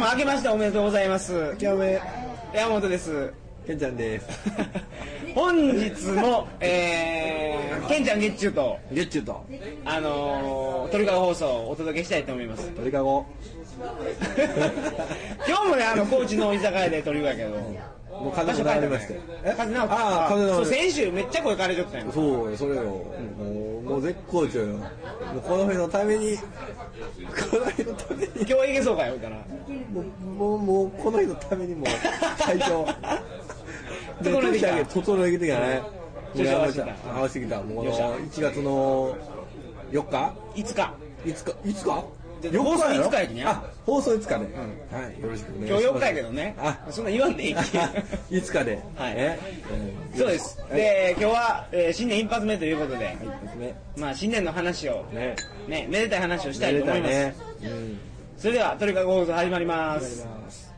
明けましておめでとうございます。山本です。 けんちゃんです。 本日も、けんちゃん月中と鳥かご放送をお届けしたいと思います。 鳥かご今日もね、高知の居酒屋で鳥かごやけど、 もう風邪も流れまして。 風邪治った。そう、先週めっちゃ声枯れちゃったんや。 そう、それよ。もう絶好調よ。もうこの日のために今日はいけそうかよ、からもうこの日のためにもう最強で整えてきたね。合わせてきた。もう1月の4日 5日放送 5日やきね。 放送5日で、はい、よろしくお願いします。 今日4日やけどね。そんな言わんでいい。 5日で、 はい、そうです。で、今日は新年一発目ということで、まあ新年の話をね、めでたい話をしたいと思います。それでは鳥かご放送始まります。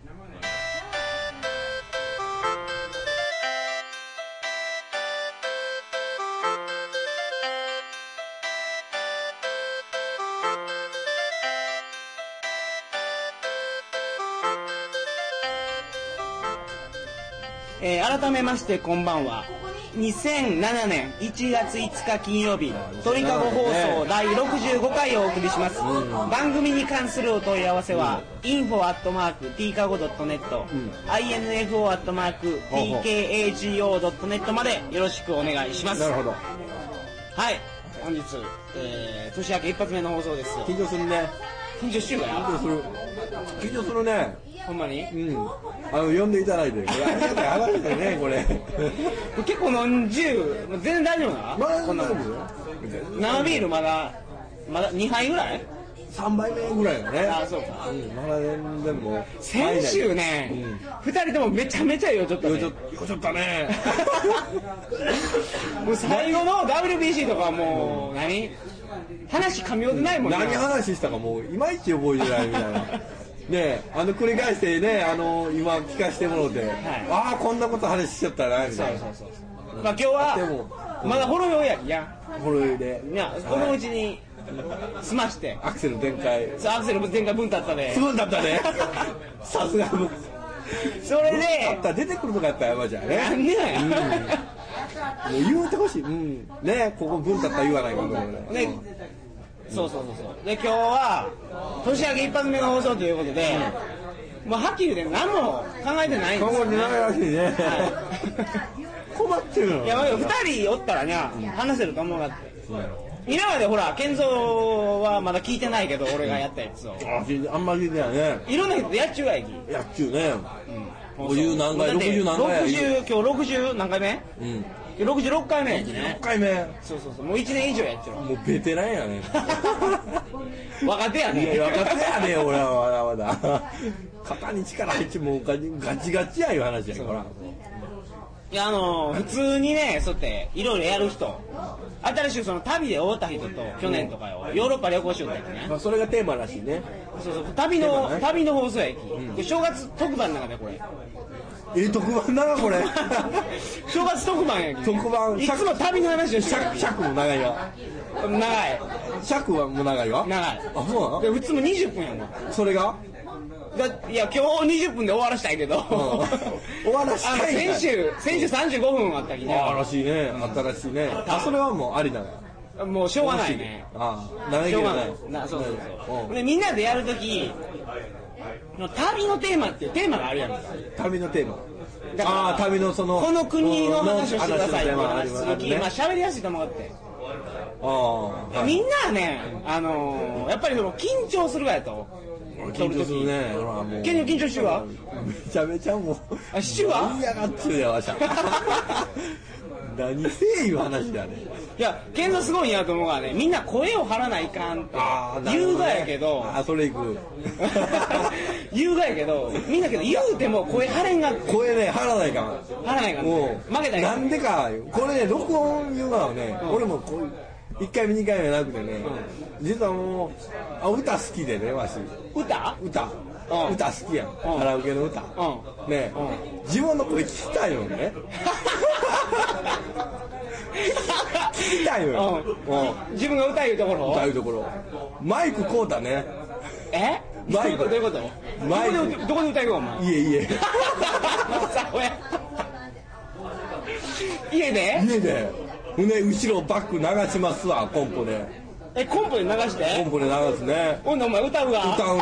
改めましてこんばんは。2007年1月5日金曜日、鳥かご放送第65回をお送りします。番組に関するお問い合わせは、info@tkago.net、info@tkago.net までよろしくお願いします。 なるほど。 はい、本日、年明け一発目の放送ですよ。 緊張するね。 緊張しようかな。 緊張するね。 ほんまに？ 呼んでいただいて、これありがたい話でね、これ。 結構飲んじゅう、全然大丈夫な？ まだ大丈夫よ。 生ビールまだ2杯ぐらい ？3杯目ぐらいだね。 そうか。 まだ全然もう。 先週ね、2人ともめちゃめちゃ酔っちゃったね。 酔っちゃったね。 もう最後の WBC とかもう、話噛み合ってないもんね。 何話したかもういまいち覚えてないみたいな。ね繰り返してね、今聞かせてもらって、こんなこと話しちゃったなみたいな。 そう。まあ今日はまだほろ酔いやきや。 ほろ酔いで。 いや、このうちに済まして。 アクセル全開。 アクセル全開分だったね。 分だったね。さすが。 それで。 出てくるとかやったらやばいじゃんね。 なんでなんや。 もう言うてほしい。ねここ分だったら言わないからね。 そう。で、今日は年明け一発目の放送ということで、もうはっきり言うて何も考えてないんですよ。 考えてないらしいね。困ってるの。 いや、2人おったらね、話せると思うがって。今までほら、健三はまだ聞いてないけど、俺がやったやつを。 あんまり聞いてないね。 いろんな人やっちゅうやき。 やっちゅうね。50何回、60何回や。 今日60何回目？66回目やきね。 6回目。 そう。もう1年以上やっちゃう。 もうベテランやね。 若手やね。 若手やね、俺はまだ。肩に力入ってもうガチガチやいう話やから。 いや普通にね、そうやっていろいろやる人、新しいその旅で会った人と去年とかよ、ヨーロッパ旅行しようってね。 それがテーマらしいね。 そう、旅の放送やき。正月特番の中でこれ。 特番だなこれ。 正月特番やき。 特番。 いつも旅の話をしてる。 尺も長いわ。 長い。 尺はもう長いわ。 長い。 そうなの？ で普通も20分やもん。 それが？ いや今日20分で終わらしたいけど。 終わらしたい。 先週35分あったきね。 らしいね。新しいね。それはもうありだね。 もうしょうがないね。 しょうがない。 そう。でみんなでやるとき、旅のテーマっていうテーマがあるやんか。 旅のテーマ。旅のそのこの国の話をしてくださいって話するき、喋りやすいと思うって。みんなはね、やっぱりその緊張するがやと。 緊張するね。 緊張しゅうわ。 めちゃめちゃもう。 しゅうわ。 嫌がっちゅうやわしゃ。何せえいう話だね。 いや、健三すごいんやと思うがね、みんな声を張らないかんって言うがやけど、 それいく。 言うがやけど、みんなけど言うても声張れんがって。 声ね、張らないかん。 張らないかん。負けたんや。 なんでか、これね、録音言うのはね、俺もこう、1回目2回目なくてね、実はもう歌好きでね、わし。 歌好きやん。カラオケの歌。ね、自分の声聞きたいよね。聞きたいよ。 自分が歌うところ。 マイクこうだね。 マイク。 どういうこと？どこで歌いこうお前。 家。 家で？ 家で。後ろバック流しますわ、コンポで。 コンポで流して？ コンポで流すね。 お前歌うわ。 歌うね。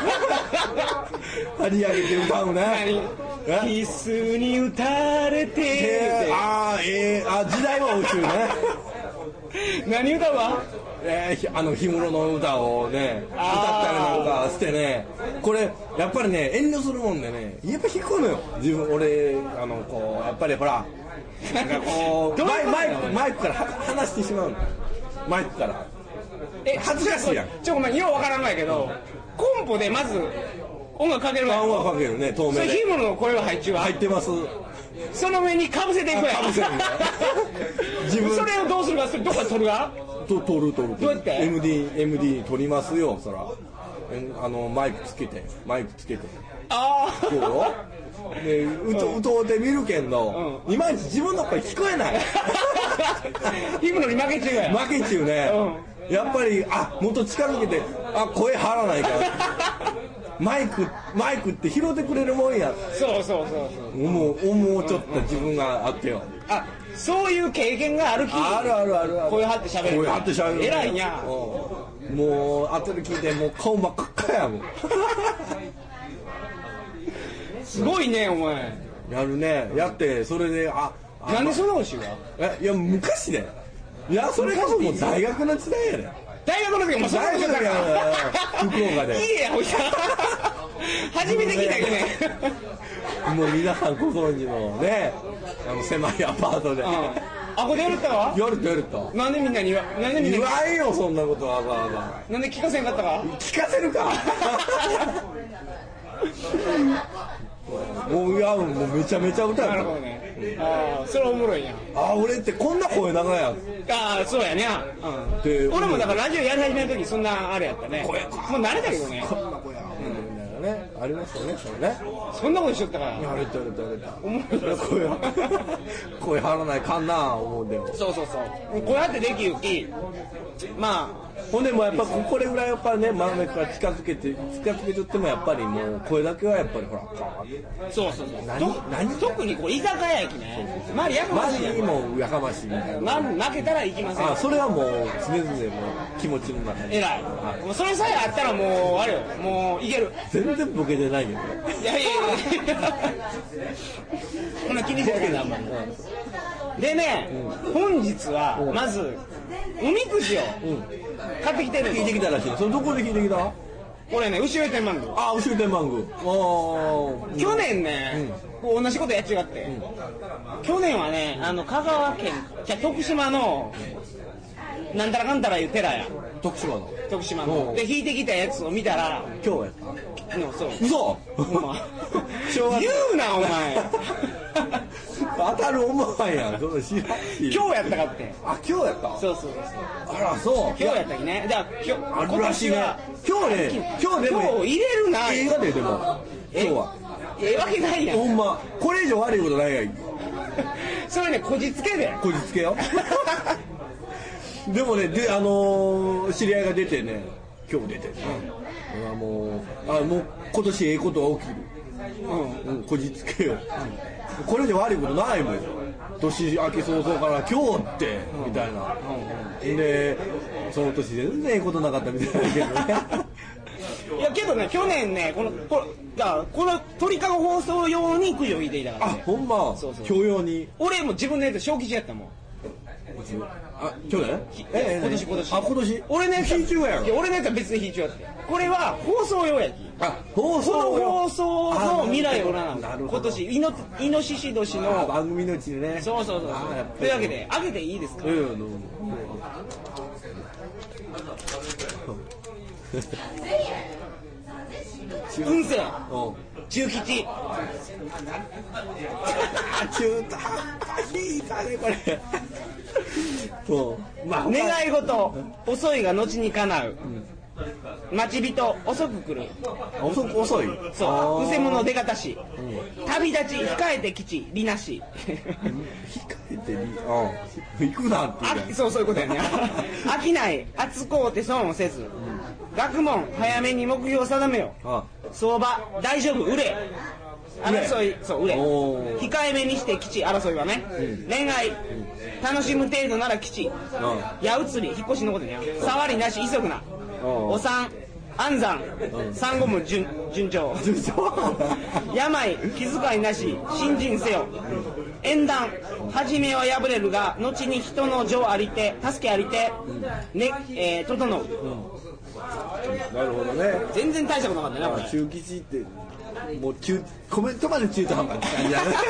張り上げて歌うね。 キスに打たれて。 時代は欧州ね。 何歌うわ？ 氷室の歌をね、歌ったりなんかしてね、これやっぱりね、遠慮するもんでね、やっぱ弾くのよ。俺こうやっぱりほら、なんかこうマイクから離してしまうの。マイクから。恥ずかしいやん。 ごめん、ようわからんないけど、コンポでまず音楽かけるわ。 音楽かけるね、透明で。 それ氷室の声は入ってます。その上にかぶせていくやん。自分それをどうするか、それどこで撮るか？ 撮る。 どうやって？ MD に撮りますよ、そら。マイクつけて。そうよ。で、歌うて見るけんど、いまいち自分の声聞こえない。 氷室に負け中や。 負け中ね。やっぱり、もっと近づけて、声張らないから。マイクって拾ってくれるもんや。 そう。 もうちょっと自分があってよ。 そういう経験があるき。 ある。 声張って喋る。偉いんや。 もう後で聞いてもう顔真っ赤っかやもん。 すごいねお前。 やるね。やってそれでなんでそんなことしよう？いや昔で。いやそれこそもう大学の時代やで。 大学の時もそんなことしたか。 福岡で。 いいやほいさ。初めて聞いたけどね。 もう皆さんご存知のね、狭いアパートで。 ここでやるったわ。 やるった。 なんでみんなに言わんよそんなことわざわざ。 なんで聞かせんかったか。 聞かせるか。もうめちゃめちゃ歌う。 なるほどね。それおもろいやん。 俺ってこんな声長いやん。 そうやね。俺もだからラジオやり始める時そんなあれやったね。もう慣れたけどね。 こんな声やね。ありましたね、それね。 そんなことしとったから。 やれた。声張らないかんな思うでも。 そう。こうやってできるき。 ほんでもやっぱこれぐらいやっぱね、真上から近づけてちょってもやっぱりもう声だけはやっぱりほら。 そう。特にこう居酒屋駅ね。周りやかましいやん。 もうやかましいみたいな。 負けたら行きません。 それはもう常々もう気持ちの中に。 偉い。もうそれさえあったらもうあれよ。もういける。 全然ボケてないけどね。 いや。こんな気にしてるけどあんまり。でね、本日はまずおみくじを買ってきてる。 聞いてきたらしい。それどこで聞いてきた？ これね、牛尾天満宮。 牛尾天満宮。 去年ね、同じことやっちがって。去年はね、香川県徳島のなんたらかんたらいう寺や。徳島の。で引いてきたやつを見たら、 今日やった。 そう。 嘘。 言うなお前。 当たる思わんやん。その今日やったかって。 今日やった。 そう。 あらそう。 今日やったきね。じゃあ今年は今日でも今日入れるな。 映画ででも今日は。 わけないやん。 ほんまこれ以上悪いことないやん。 それねこじつけで。 こじつけよ。でもね知り合いが出てね今日出てね。もう今年ことが起きる。こじつけよ。これ以上悪いことないもん。年明け早々から今日ってみたいな。でその年全然ことなかったみたいだけどね。 いやけどね去年ねこの鳥かご放送用にくじを引いていたからね。 ほんま。今日用に。 俺も自分のやつ小吉やったもん。 去年？ 今年。 俺のやつは別に引いちゃって。これは放送用やき。 放送用。 この放送の未来を占う。今年イノシシ年の番組のうちね。 そう。というわけで開けていいですか？運勢中吉。 いいかねこれ。 願い事遅いが後に叶う。待ち人遅く来る。 遅い。 そう。うせ者出方し。旅立ち控えて吉利なし。 控えて行くなって。 そういうことやね。飽きない厚こうて損をせず。 学問早めに目標を定めよう。相場大丈夫売れ。争いそう売れ。控えめにして吉争いはね。恋愛楽しむ程度なら吉。矢移り引っ越しのことね。触りなし急ぐな。お産安産産後も順調。病気遣いなし信心せよ。縁談初めは破れるが後に人の情ありて助けありてね、整う。 なるほどね。 全然大したことなかったねこれ。 中吉ってもうコメントまで中途半端な感じだね。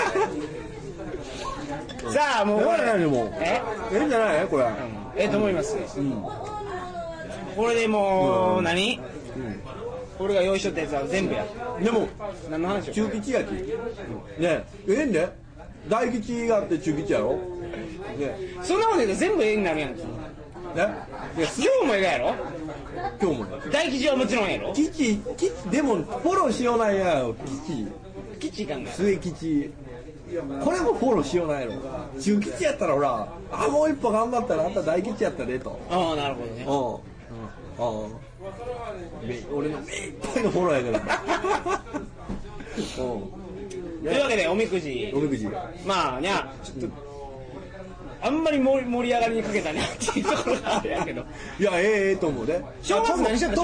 さあもうこれいいんじゃないこれ。 と思います。これでもう何？俺が用意しとったやつは全部や。 でも何の話？ 中吉やき。ねえんで大吉があって中吉やろ。ねそんなこと言うと全部絵になるやん。ね？今日も絵がやろ？ 今日も大吉はもちろんやろ？ 吉でもフォローしようないやよ。 吉考え。 末吉。これもフォローしようないやろ。中吉やったらほらもう一歩頑張ったらあんた大吉やったでと。 ああなるほどね。 俺の目いっぱいのフォローやからというわけでおみくじまあにゃちょっとあんまり盛り上がりにかけたねっていうところがあるやけどいやと思うね。 正月何しちゃった？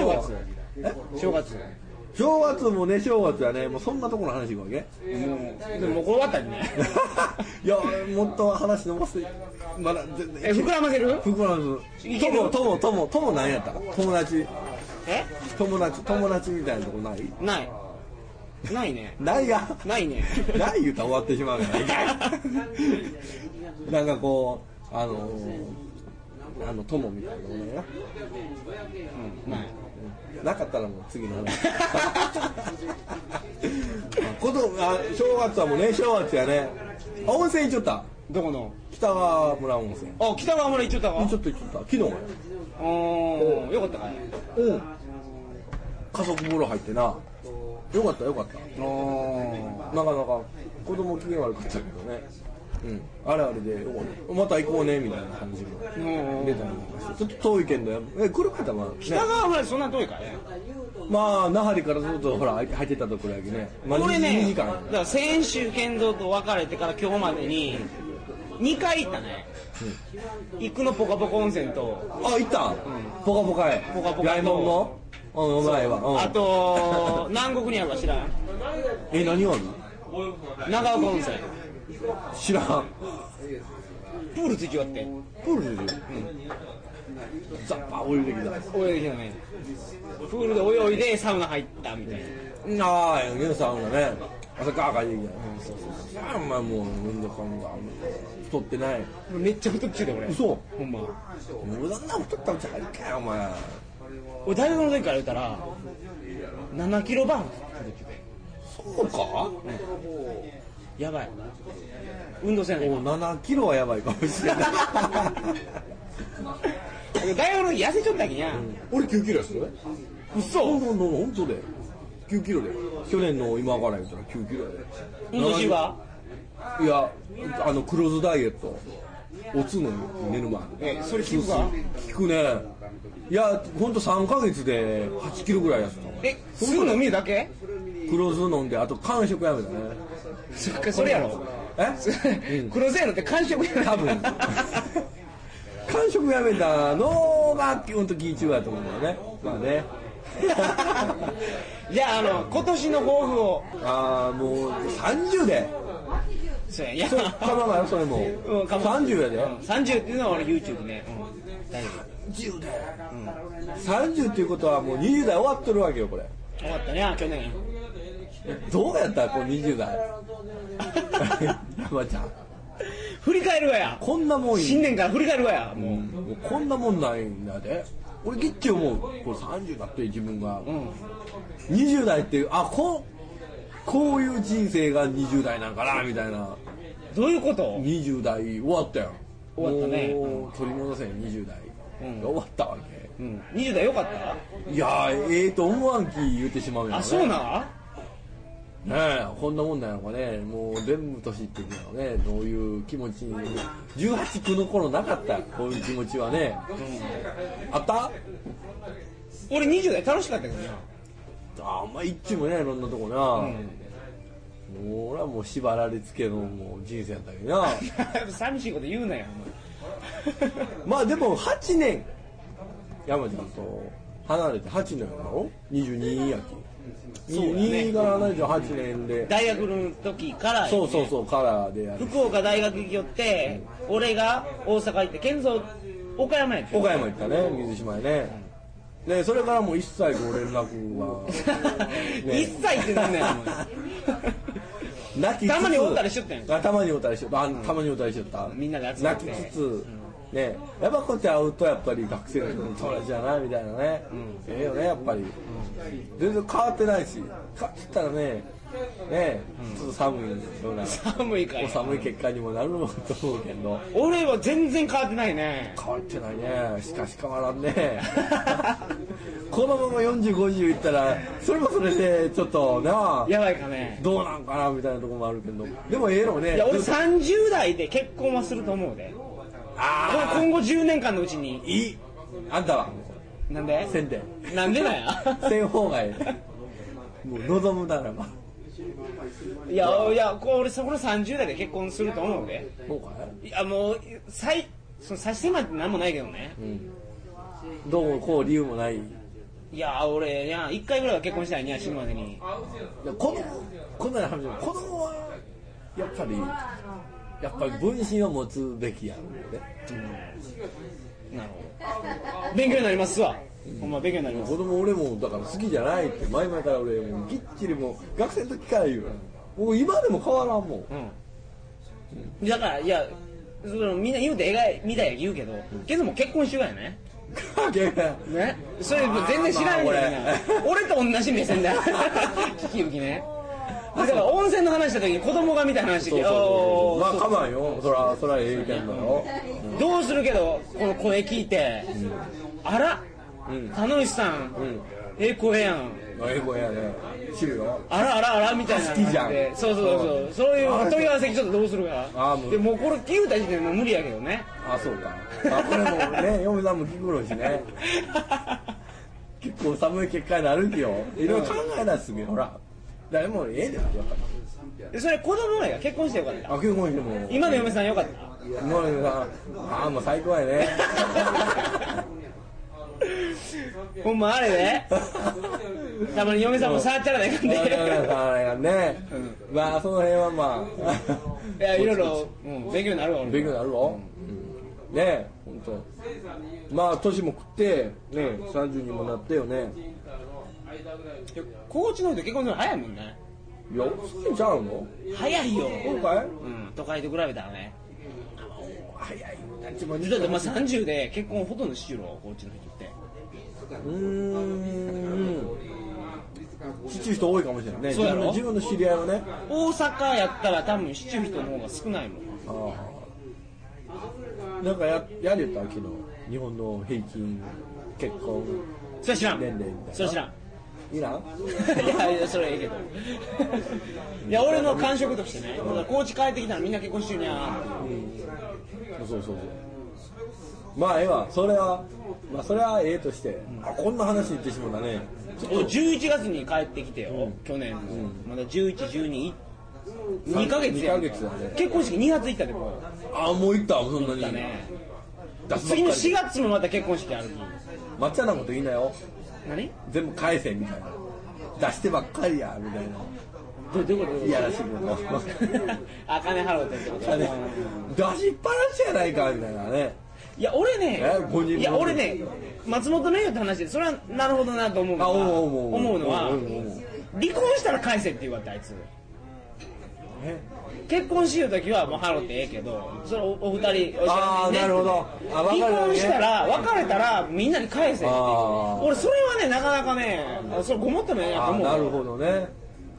正月もね正月はねもうそんなところの話いくわけ。 でももうこれ終わったりね。 いやもっと話伸ばす。まだ膨らませる？ 膨らます。友何やった？友達みたいなとこない？ ないね。 ないね。 ない言うたら終わってしまうからなんかこう友みたいなとこないな。 ない。 なかったらもう次の話。正月はもうね正月やね。温泉行っちゃった。 どこの？ 北川村温泉。 北川村行っちゃったか？ ちょっと昨日。 よかったかい。 家族風呂入ってな。よかった。なかなか子供機嫌悪かったけどね。あれでまた行こうねみたいな感じの出たりとかしてちょっと遠いけんだよ。車やったら北川村そんな遠いかい？ まあ那覇からずっとほら入ってたところやけね。 これね 2時間だから先週県道と別れてから今日までに2回行ったね。行くのポカポカ温泉と行った？ポカポカへ。 ポカポカ来門のあと南国にあるか知らん？ 何がある？ 長岡温泉。 知らん。 プールついちゃって。 プールついてる？ザッパー泳いできたね。プールで泳いでサウナ入ったみたいな。 サウナね。朝ガーガー言うじゃん。お前もうなんだかんだ太ってない。 めっちゃ太っちゅうで俺。 嘘？ ほんま。 無駄な太ったんじゃないかよお前。 俺大学の時から言ったら7キロバーンそうか？ やばい。運動せない。 7キロはやばいかもしれない。 大学の時痩せちゃったんや。 俺9キロやする？ 嘘？ 本当で。9キロで。去年の今から言ったら9キロやで。 運動しは？ いやクローズダイエット。おつの寝る前。 それ効くか？ 効くね。いやほんと3ヶ月で8キロぐらい痩せた。 すぐ飲みだけ？ クローズ飲んであと間食やめたね。 それやろ？クローズやろって間食やめた。 多分間食やめたのがほんと気中やと思うんだよね。まあね。 じゃあ今年の抱負を。 もう30で。 そうや。いや。 かまがよそれも。30やで。 30っていうのは俺 YouTube ね。大丈夫。30で。30っていうことはもう20代終わってるわけよこれ。 終わったね去年。 どうやったこう20代。山ちゃん。 振り返るわや。 こんなもん新年から振り返るわや。もうこんなもんないんだで。俺ギッチ思う。これ30だって自分が。20代ってこういう人生が20代なんかなみたいな。 どういうこと？ 20代終わったよ。 終わったね。 取り戻せん20代。終わったわけ。 20代良かった？ いやと思わんき言ってしまうよね。 そうな？ ねえこんなもんなのかね。もう全部年いってるのね。どういう気持ちに18、9の頃なかったこういう気持ちはね。あった？ 俺20代楽しかったけどな。 あんま一致もねいろんなとこな、もう俺はもう縛られつけのもう人生やったけどな寂しいこと言うなよまあでも8年山ちゃんと離れて8年やろ22やき、22から離れて8年で大学の時から、ね、 そうからでやる。 福岡大学行きよって、俺が大阪行って健三岡山やって岡山行ったね、水島やね、でそれからもう一切ご連絡は、 ね、一切ってなんだよたまにおったりしとったやんか。 たまにおったりしとった、たまにおったりしとった、 みんなで集まって泣きつつ、ね、やっぱこうやって会うとやっぱり学生の友達やなみたいなね、ええよねやっぱり、全然変わってないし、変わってたらねちょっと寒いような寒いからお寒い結果にもなると思うけど、 俺は全然変わってないね。 変わってないね、しかし変わらんねこのまま40、50いったらそれもそれでちょっとなやばいかね、 どうなんかなみたいなところもあるけど、でもええのね。 いや俺30代で結婚はすると思うで。今後10年間のうちに。 いい、あんたはなんでせんで、 なんでなんやせん方がいいもう望むならば、 いや俺そこの30代で結婚すると思うで。 そうかいやもうその差し迫ってなんもないけどね、 どうもこう理由もない。 いや俺1回ぐらいは結婚したいね、死ぬまでに。 いやこんな話も子供はやっぱり分身を持つべきやろうね、 なるほど、勉強になりますわ、ほんま勉強になります。 子供俺もだから好きじゃないって前々から俺もうぎっちりもう学生の時から言うから、もう今でも変わらんもん、 だからいやそのみんな言うて映画みたいや言うけど、けども結婚しようやねね、それ全然知らんよ、俺と同じ目線だ聞き受けね。だから温泉の話した時に子供が見た話で、 まあかまんよ、そらええけんだろ、 どうするけどこの声聞いて、あら田之内さん、ええ声やん、 ええ声やね、知るよ、 あらみたいな好きじゃん、 そうそういう問い合わせちょっとどうするか。でもうこれ聞うた時点でもう無理やけどね。 そうか、これもね嫁さんも聞くろしね結構寒い結果になるきよ、いろいろ考えなすぎ、ほら誰もええでやっぱり。それ子供が結婚してよかった。 結婚しても今の嫁さんよかった。 今の嫁さんもう最高やねほんまあれねたまに嫁さんも触っちゃらないかんねまあその辺はまあいやいろいろ勉強になるわ。 勉強になるわね、本当まあ年も食ってね30にもなってよね。 高知の人結婚するの早いもんね。 いや遅いんちゃうの。 早いよ。 そうかい、 都会と比べたらね早い。 だって30で結婚ほとんどしろ、高知の人って。 しちゅう人多いかもしれないね。 そうやろ。 自分の知り合いはね。 大阪やったら多分しちゅう人の方が少ないもん。 なんかやりよった昨日日本の平均結婚それ知らん。 年齢みたいな。 それ知らん。 いらんいやそれええけどいや俺の感触としてね、高知帰ってきたらみんな結婚してるにゃーって。 そうまあええわ、それはまあそれはええとして、こんな話言ってしまったね。 11月に帰ってきてよ、去年の、まだ11、12、2ヶ月やんか。結婚式2月行ったでももう行ったそんなに。 次の4月もまた結婚式あるき。 抹茶なこと言いなよ。 何？ 全部返せみたいな、出してばっかりやみたいな。 どういうこと？ いやらしいこと金払うってこと。 出しっぱなしやないかみたいなね。 いや俺ね松本の言うって話でそれはなるほどなと思うのは離婚したら返せって言われたあいつ。結婚しようときはもう払ってええけど、それお二人なるほど。 離婚したら別れたらみんなに返せって。俺それはねなかなかねそれごもってもええやと思う。 なるほどね。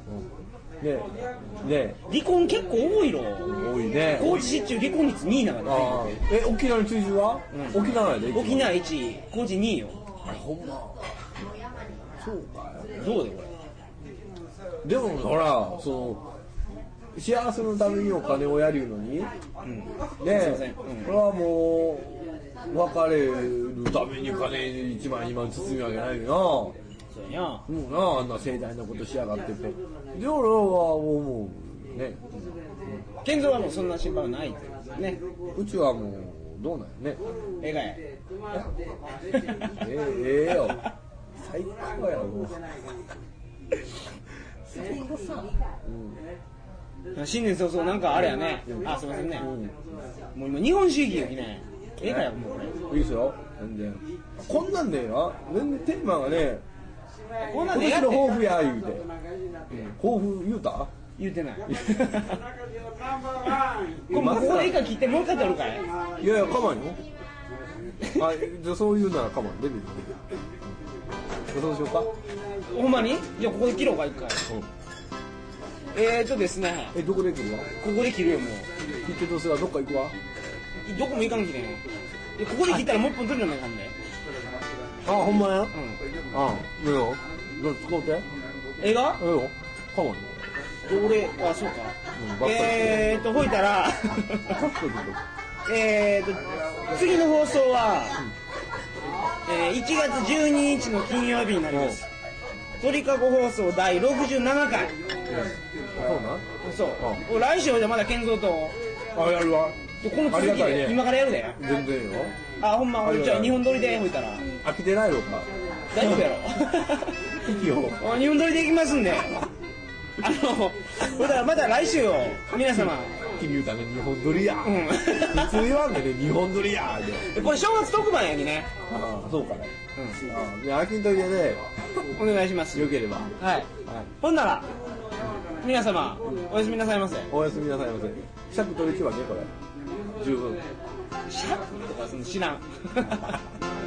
離婚結構多いろ。 多いね。 高知市中離婚率2位なんだね。 沖縄に追従は？沖縄やで。 沖縄1位、高知2位よ。 ほんま。そうか。 どうでこれ。でもほらその幸せのためにお金をやるのに、ね、これはもう別れるために金1万2万包むわけないよそうやな。 な。もうな、あんな盛大なことしやがってて。で、俺はもう、ね。 健三はもうそんな心配はないってことですね。 うちはもう、どうなんやね。 ええかい。 ええよ。最高や、もう。最高さ。 新年早々なんかあれやね。あ、すいませんね。もう今日本主義よね。ええかよ、もうこれ。 いいですよ。全然。こんなんでよ。全然テーマがね、 こんな今年んでやっての抱負や言うて。抱負言うた？ 言うてない。ここでいいか切ってもう一回取るかい？ いやいや、かまんよ。あ、じゃあそういうならかまん。デビュー。そうしようか。 ほんまに？じゃあここで切ろうか一回。ですね。 どこで切るわ？ ここで切るよもう。 切ってどうするわ？どっか行くわ？ どこも行かんきれん。ここで切ったらもう一本取るのもいかんで。 あ、ほんまや？ うん。 あ、いいよ。どう使うて？ 映画？ いいよ。かまんよ。 俺、あ、そうか。ほいたら、次の放送は、1月12日の金曜日になります。鳥かご放送第67回。そう。来週はまだ健三と。 あ、やるわ。 この続きで、今からやるで。 全然よ。 あ、ほんま、じゃあ日本撮りでほいたら。 飽きてないのか。 大丈夫やろ。 いいよ。 日本撮りで行きますんで。まだ来週を皆様君言うたね、日本撮りや。普通言わんでね、日本撮りやで。 これ正月特番やきね。 ああ、そうかね。じゃあ、秋んとりでね、 お願いします。 よければ。 はい。ほんなら、皆様、おやすみなさいませ。 おやすみなさいませ。尺取れちゅうわけこれ。十分。 尺とか知らん。